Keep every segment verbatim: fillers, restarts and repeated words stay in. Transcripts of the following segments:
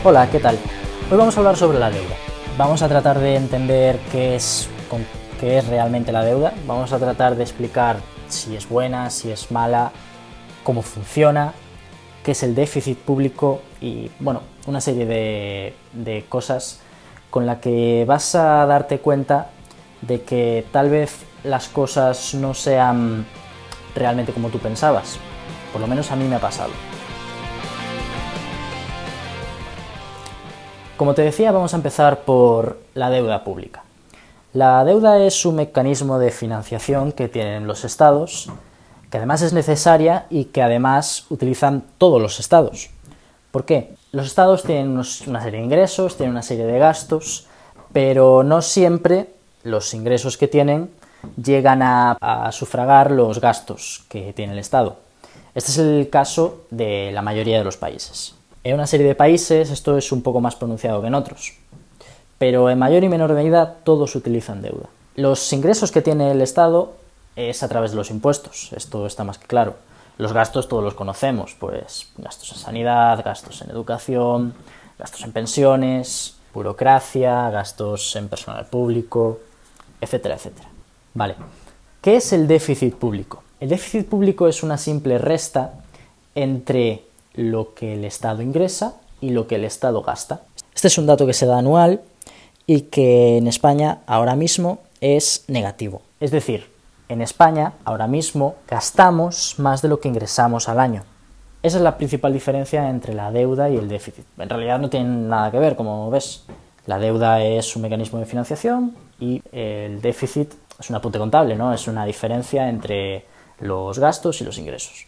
Hola, ¿qué tal? Hoy vamos a hablar sobre la deuda. Vamos a tratar de entender qué es, qué es realmente la deuda. Vamos a tratar de explicar si es buena, si es mala, cómo funciona, qué es el déficit público y, bueno, una serie de, de cosas con las que vas a darte cuenta de que tal vez las cosas no sean realmente como tú pensabas. Por lo menos a mí me ha pasado. Como te decía, vamos a empezar por la deuda pública. La deuda es un mecanismo de financiación que tienen los estados, que además es necesaria y que además utilizan todos los estados. ¿Por qué? Los estados tienen unos, una serie de ingresos, tienen una serie de gastos, pero no siempre los ingresos que tienen llegan a, a sufragar los gastos que tiene el estado. Este es el caso de la mayoría de los países. En una serie de países esto es un poco más pronunciado que en otros, pero en mayor y menor medida todos utilizan deuda. Los ingresos que tiene el Estado es a través de los impuestos, esto está más que claro. Los gastos todos los conocemos, pues gastos en sanidad, gastos en educación, gastos en pensiones, burocracia, gastos en personal público, etcétera, etcétera. Vale, ¿qué es el déficit público? El déficit público es una simple resta entre lo que el Estado ingresa y lo que el Estado gasta. Este es un dato que se da anual y que en España ahora mismo es negativo. Es decir, en España ahora mismo gastamos más de lo que ingresamos al año. Esa es la principal diferencia entre la deuda y el déficit. En realidad no tienen nada que ver, como ves. La deuda es un mecanismo de financiación y el déficit es un apunte contable, ¿no? Es una diferencia entre los gastos y los ingresos.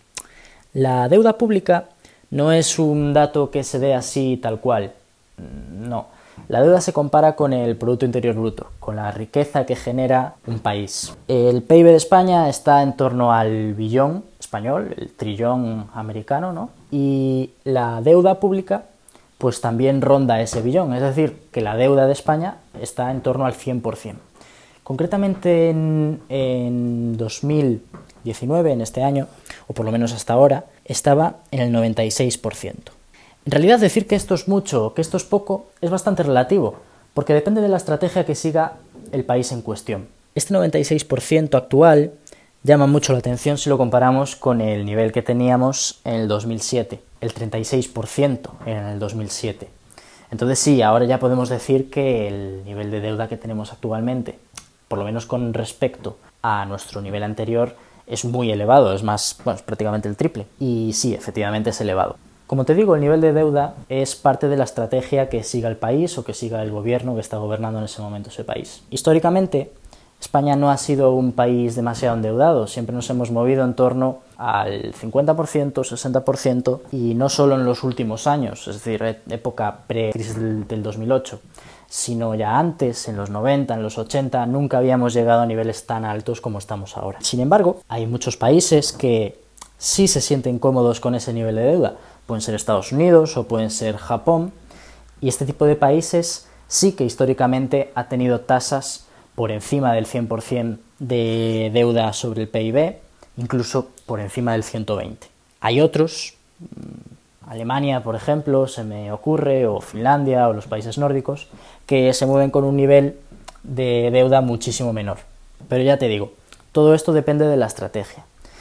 La deuda pública no es un dato que se dé así tal cual, no. La deuda se compara con el Producto Interior Bruto, con la riqueza que genera un país. El P I B de España está en torno al billón español, el trillón americano, ¿no? Y la deuda pública pues también ronda ese billón, es decir, que la deuda de España está en torno al cien por ciento. Concretamente en, en dos mil diecinueve, en este año, o por lo menos hasta ahora, estaba en el noventa y seis por ciento. En realidad decir que esto es mucho o que esto es poco es bastante relativo, porque depende de la estrategia que siga el país en cuestión. Este noventa y seis por ciento actual llama mucho la atención si lo comparamos con el nivel que teníamos en el dos mil siete, el treinta y seis por ciento en el dos mil siete. Entonces sí, ahora ya podemos decir que el nivel de deuda que tenemos actualmente, por lo menos con respecto a nuestro nivel anterior, es muy elevado, es más, bueno, es prácticamente el triple. Y sí, efectivamente es elevado. Como te digo, el nivel de deuda es parte de la estrategia que siga el país o que siga el gobierno que está gobernando en ese momento ese país. Históricamente, España no ha sido un país demasiado endeudado, siempre nos hemos movido en torno al cincuenta por ciento, sesenta por ciento y no solo en los últimos años, es decir, época pre-crisis del, del dos mil ocho, sino ya antes, en los noventa, en los ochenta, nunca habíamos llegado a niveles tan altos como estamos ahora. Sin embargo, hay muchos países que sí se sienten cómodos con ese nivel de deuda. Pueden ser Estados Unidos o pueden ser Japón, y este tipo de países sí que históricamente ha tenido tasas por encima del cien por ciento de deuda sobre el P I B, incluso por encima del ciento veinte. Hay otros, Alemania, por ejemplo, se me ocurre, o Finlandia, o los países nórdicos, que se mueven con un nivel de deuda muchísimo menor. Pero ya te digo, todo esto depende de la estrategia.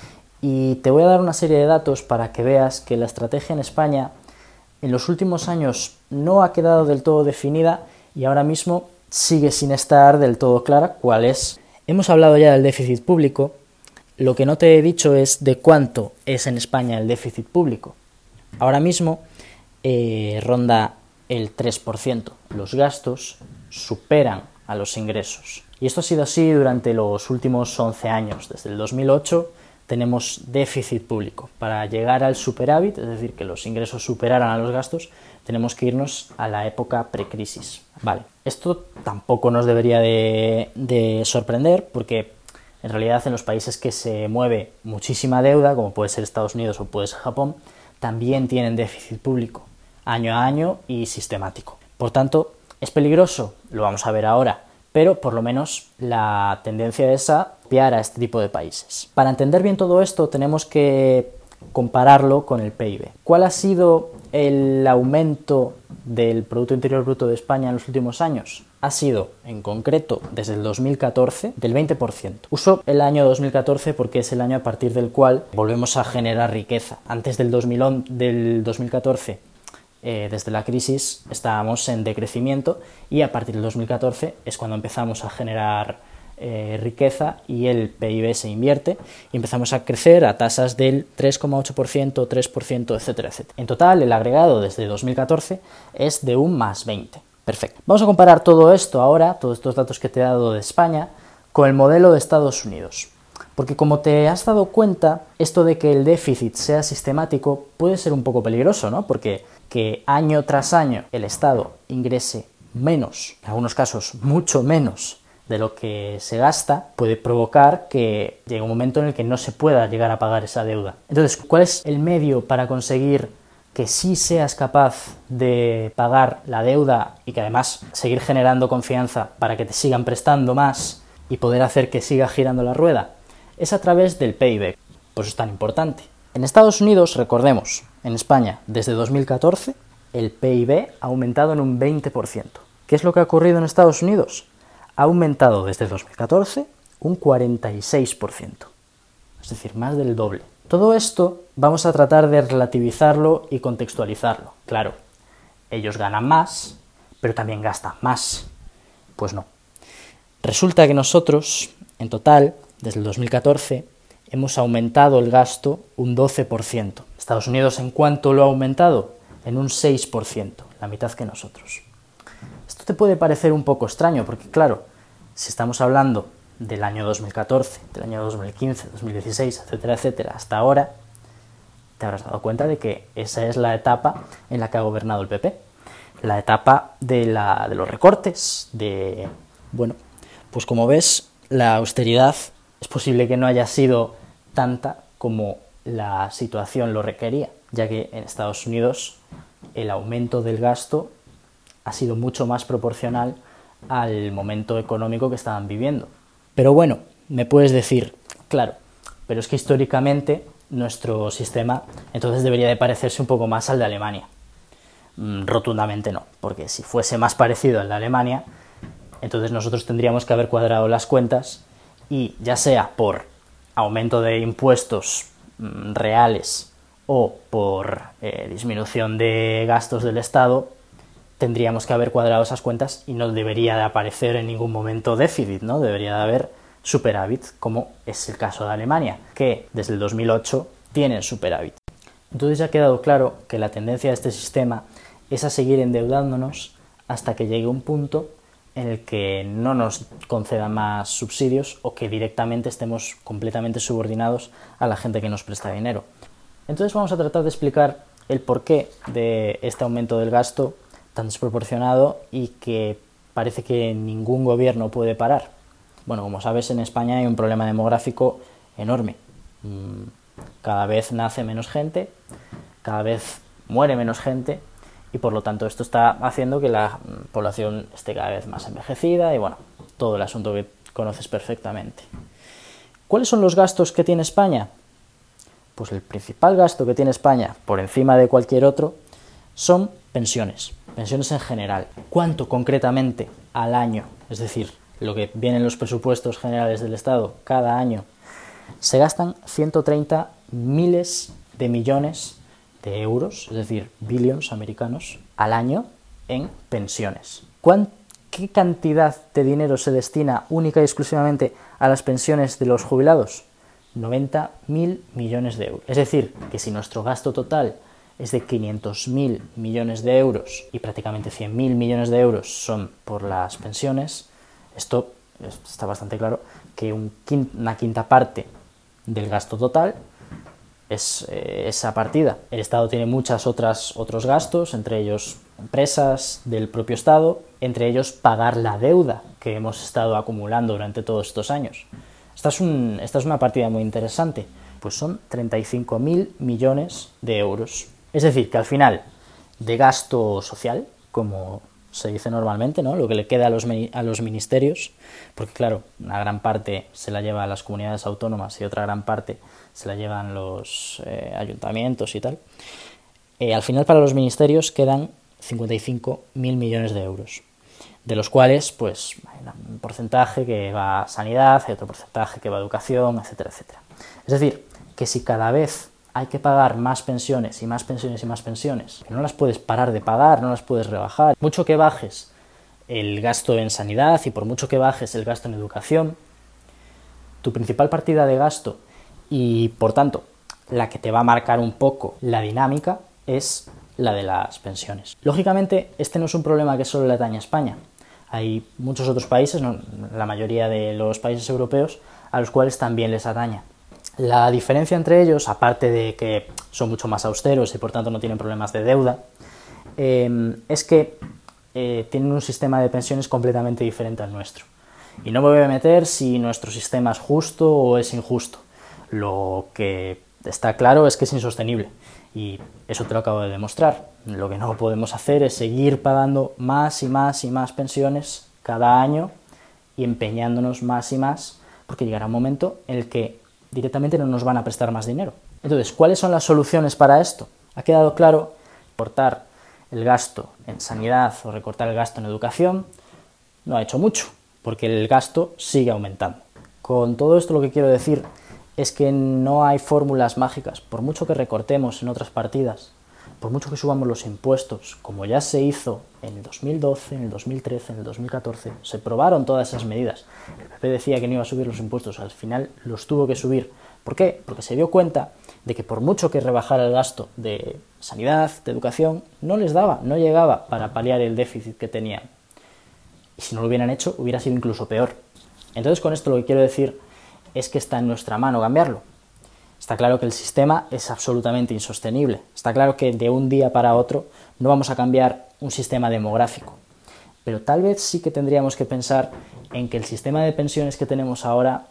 Y te voy a dar una serie de datos para que veas que la estrategia en España en los últimos años no ha quedado del todo definida y ahora mismo sigue sin estar del todo clara cuál es. Hemos hablado ya del déficit público, lo que no te he dicho es de cuánto es en España el déficit público. Ahora mismo eh, ronda el tres por ciento. Los gastos superan a los ingresos. Y esto ha sido así durante los últimos once años. Desde el dos mil ocho tenemos déficit público. Para llegar al superávit, es decir, que los ingresos superaran a los gastos, tenemos que irnos a la época precrisis. Vale, esto tampoco nos debería de, de sorprender porque en realidad en los países que se mueve muchísima deuda, como puede ser Estados Unidos o puede ser Japón, también tienen déficit público, año a año y sistemático. Por tanto, ¿es peligroso? Lo vamos a ver ahora, pero por lo menos la tendencia es a copiar a este tipo de países. Para entender bien todo esto tenemos que compararlo con el P I B. ¿Cuál ha sido el aumento del Producto Interior Bruto de España en los últimos años ha sido, en concreto, desde el dos mil catorce, del veinte por ciento. Uso el año dos mil catorce porque es el año a partir del cual volvemos a generar riqueza. Antes del, dos mil once, del dos mil catorce, eh, desde la crisis, estábamos en decrecimiento y a partir del dos mil catorce es cuando empezamos a generar eh, riqueza y el P I B se invierte y empezamos a crecer a tasas del tres coma ocho por ciento, tres por ciento, etcétera, etcétera. En total, el agregado desde dos mil catorce es de un más veinte. Perfecto. Vamos a comparar todo esto ahora, todos estos datos que te he dado de España, con el modelo de Estados Unidos. Porque como te has dado cuenta, esto de que el déficit sea sistemático puede ser un poco peligroso, ¿no? Porque que año tras año el Estado ingrese menos, en algunos casos mucho menos de lo que se gasta, puede provocar que llegue un momento en el que no se pueda llegar a pagar esa deuda. Entonces, ¿cuál es el medio para conseguir que sí seas capaz de pagar la deuda y que además seguir generando confianza para que te sigan prestando más y poder hacer que siga girando la rueda? Es a través del P I B. Por eso es tan importante. En Estados Unidos, recordemos, en España, desde dos mil catorce, el P I B ha aumentado en un veinte por ciento. ¿Qué es lo que ha ocurrido en Estados Unidos? Ha aumentado desde dos mil catorce un cuarenta y seis por ciento. Es decir, más del doble. Todo esto vamos a tratar de relativizarlo y contextualizarlo. Claro, ellos ganan más, pero también gastan más. Pues no. Resulta que nosotros, en total, desde el dos mil catorce, hemos aumentado el gasto un doce por ciento. Estados Unidos, ¿en cuánto lo ha aumentado? En un seis por ciento, la mitad que nosotros. Esto te puede parecer un poco extraño, porque claro, si estamos hablando del año dos mil catorce, del año dos mil quince, dos mil dieciséis, etcétera, etcétera, hasta ahora, te habrás dado cuenta de que esa es la etapa en la que ha gobernado el P P. La etapa de, la, de los recortes, de... Bueno, pues como ves, la austeridad es posible que no haya sido tanta como la situación lo requería, ya que en Estados Unidos el aumento del gasto ha sido mucho más proporcional al momento económico que estaban viviendo. Pero bueno, me puedes decir, claro, pero es que históricamente nuestro sistema entonces debería de parecerse un poco más al de Alemania. Mm, rotundamente no, porque si fuese más parecido al de Alemania, entonces nosotros tendríamos que haber cuadrado las cuentas y ya sea por aumento de impuestos mm, reales o por eh, disminución de gastos del Estado, tendríamos que haber cuadrado esas cuentas y no debería de aparecer en ningún momento déficit, ¿no? Debería de haber superávit, como es el caso de Alemania, que desde el dos mil ocho tienen superávit. Entonces ya ha quedado claro que la tendencia de este sistema es a seguir endeudándonos hasta que llegue un punto en el que no nos concedan más subsidios o que directamente estemos completamente subordinados a la gente que nos presta dinero. Entonces vamos a tratar de explicar el porqué de este aumento del gasto tan desproporcionado y que parece que ningún gobierno puede parar. Bueno, como sabes, en España hay un problema demográfico enorme. Cada vez nace menos gente, cada vez muere menos gente y por lo tanto esto está haciendo que la población esté cada vez más envejecida y bueno, todo el asunto que conoces perfectamente. ¿Cuáles son los gastos que tiene España? Pues el principal gasto que tiene España, por encima de cualquier otro, son pensiones. Pensiones en general. ¿Cuánto concretamente al año? Es decir, lo que viene en los presupuestos generales del Estado cada año. Se gastan ciento treinta miles de millones de euros, es decir, billions americanos, al año en pensiones. ¿Qué cantidad de dinero se destina única y exclusivamente a las pensiones de los jubilados? noventa mil millones de euros. Es decir, que si nuestro gasto total es de quinientos mil millones de euros y prácticamente cien mil millones de euros son por las pensiones, esto está bastante claro que un quinta, una quinta parte del gasto total es eh, esa partida. El Estado tiene muchos otros gastos, entre ellos empresas del propio Estado, entre ellos pagar la deuda que hemos estado acumulando durante todos estos años. Esta es, un, esta es una partida muy interesante, pues son treinta y cinco mil millones de euros. Es decir, que al final, de gasto social, como se dice normalmente, ¿no? Lo que le queda a los, a los ministerios, porque claro, una gran parte se la lleva a las comunidades autónomas y otra gran parte se la llevan los eh, ayuntamientos y tal, eh, al final para los ministerios quedan cincuenta y cinco mil millones de euros, de los cuales pues hay un porcentaje que va a sanidad, hay otro porcentaje que va a educación, etcétera, etcétera. Es decir, que si cada vez hay que pagar más pensiones y más pensiones y más pensiones, que no las puedes parar de pagar, no las puedes rebajar, mucho que bajes el gasto en sanidad y por mucho que bajes el gasto en educación, tu principal partida de gasto y, por tanto, la que te va a marcar un poco la dinámica es la de las pensiones. Lógicamente, este no es un problema que solo le atañe a España. Hay muchos otros países, no, la mayoría de los países europeos, a los cuales también les atañe. La diferencia entre ellos, aparte de que son mucho más austeros y por tanto no tienen problemas de deuda, eh, es que eh, tienen un sistema de pensiones completamente diferente al nuestro. Y no me voy a meter si nuestro sistema es justo o es injusto. Lo que está claro es que es insostenible y eso te lo acabo de demostrar. Lo que no podemos hacer es seguir pagando más y más y más pensiones cada año y empeñándonos más y más, porque llegará un momento en el que directamente no nos van a prestar más dinero. Entonces, ¿cuáles son las soluciones para esto? Ha quedado claro, cortar el gasto en sanidad o recortar el gasto en educación no ha hecho mucho, porque el gasto sigue aumentando. Con todo esto lo que quiero decir es que no hay fórmulas mágicas. Por mucho que recortemos en otras partidas, por mucho que subamos los impuestos, como ya se hizo en el dos mil doce, en el dos mil trece, en el dos mil catorce, se probaron todas esas medidas. El P P decía que no iba a subir los impuestos, al final los tuvo que subir. ¿Por qué? Porque se dio cuenta de que por mucho que rebajara el gasto de sanidad, de educación, no les daba, no llegaba para paliar el déficit que tenían. Y si no lo hubieran hecho, hubiera sido incluso peor. Entonces, con esto lo que quiero decir es que está en nuestra mano cambiarlo. Está claro que el sistema es absolutamente insostenible. Está claro que de un día para otro no vamos a cambiar un sistema demográfico. Pero tal vez sí que tendríamos que pensar en que el sistema de pensiones que tenemos ahora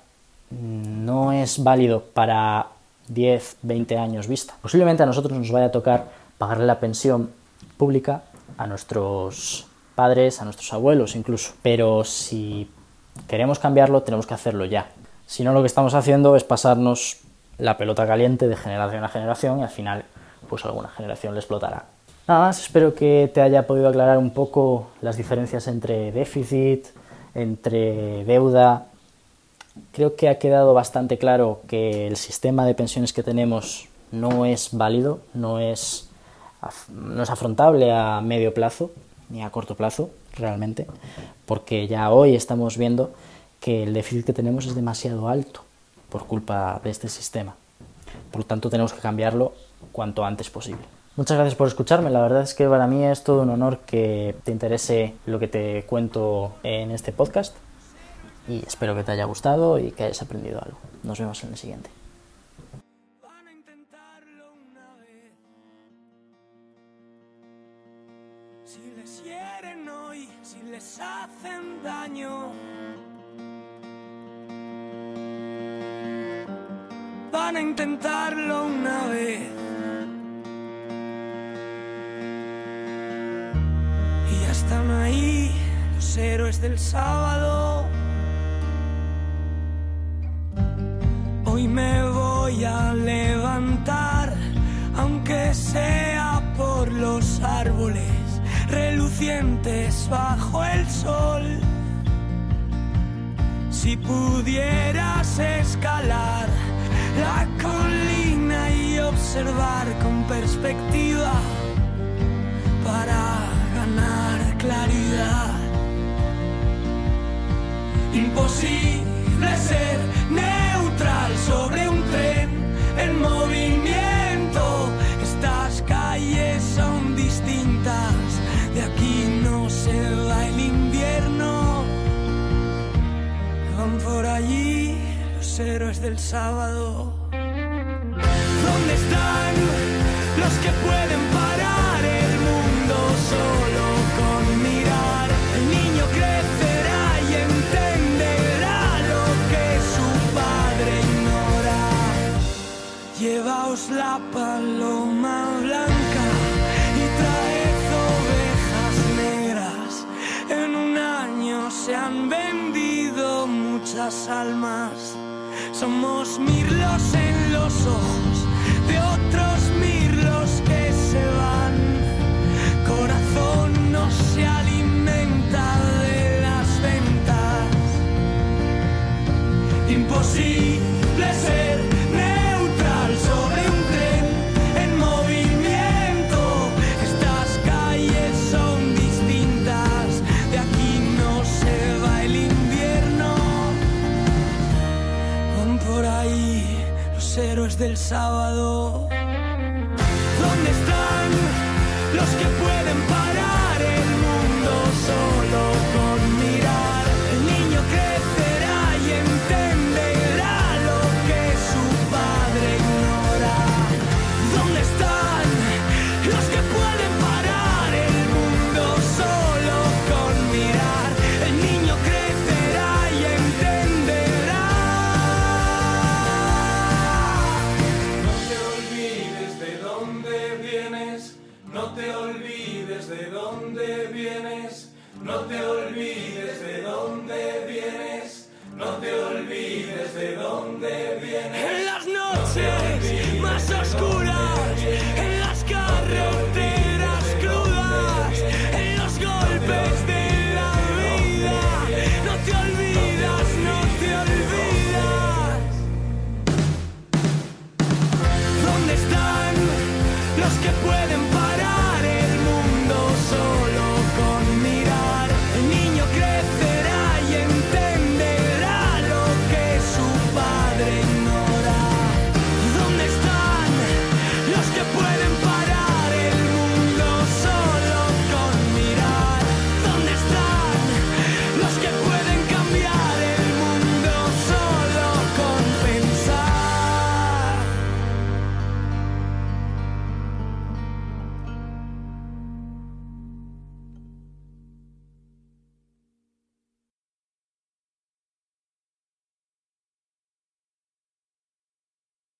no es válido para diez, veinte años vista. Posiblemente a nosotros nos vaya a tocar pagarle la pensión pública a nuestros padres, a nuestros abuelos incluso. Pero si queremos cambiarlo, tenemos que hacerlo ya. Si no, lo que estamos haciendo es pasarnos la pelota caliente de generación a generación y al final pues alguna generación le explotará. Nada más, espero que te haya podido aclarar un poco las diferencias entre déficit, entre deuda. Creo que ha quedado bastante claro que el sistema de pensiones que tenemos no es válido, no es, no es afrontable a medio plazo ni a corto plazo realmente, porque ya hoy estamos viendo que el déficit que tenemos es demasiado alto por culpa de este sistema. Por lo tanto, tenemos que cambiarlo cuanto antes posible. Muchas gracias por escucharme. La verdad es que para mí es todo un honor que te interese lo que te cuento en este podcast y espero que te haya gustado y que hayas aprendido algo. Nos vemos en el siguiente. Van a intentarlo una vez. Si les hieren hoy, si les hacen daño, van a intentarlo una vez. Y ya están ahí los héroes del sábado. Hoy me voy a levantar, aunque sea por los árboles relucientes bajo el sol. Si pudieras escalar la colina y observar con perspectiva para ganar claridad. Imposible ser neutral sobre un tren en movimiento. Estas calles son distintas, de aquí no se va el invierno. Van por allí los héroes del sábado. ¿Dónde están los que pueden parar el mundo solo con mirar? El niño crecerá y entenderá lo que su padre ignora. Llevaos la paloma blanca y traed ovejas negras. En un año se han vendido muchas almas. Somos mirlos en los ojos de otros mirlos que se van. Corazón sábado. ¿Dónde están los que pueden parar el mundo solo con mirar? El niño crecerá y entenderá lo que su padre ignora. ¿Dónde están los que pueden parar el mundo solo con mirar? El niño crecerá y entenderá. No te olvides de dónde vienes, no te olvides de dónde vienes, no te olvides de dónde vienes, no te olvides de dónde vienes. En las noches más oscuras, en las carreteras crudas, en los golpes de la vida, no te olvidas, no te olvidas. ¿Dónde están los que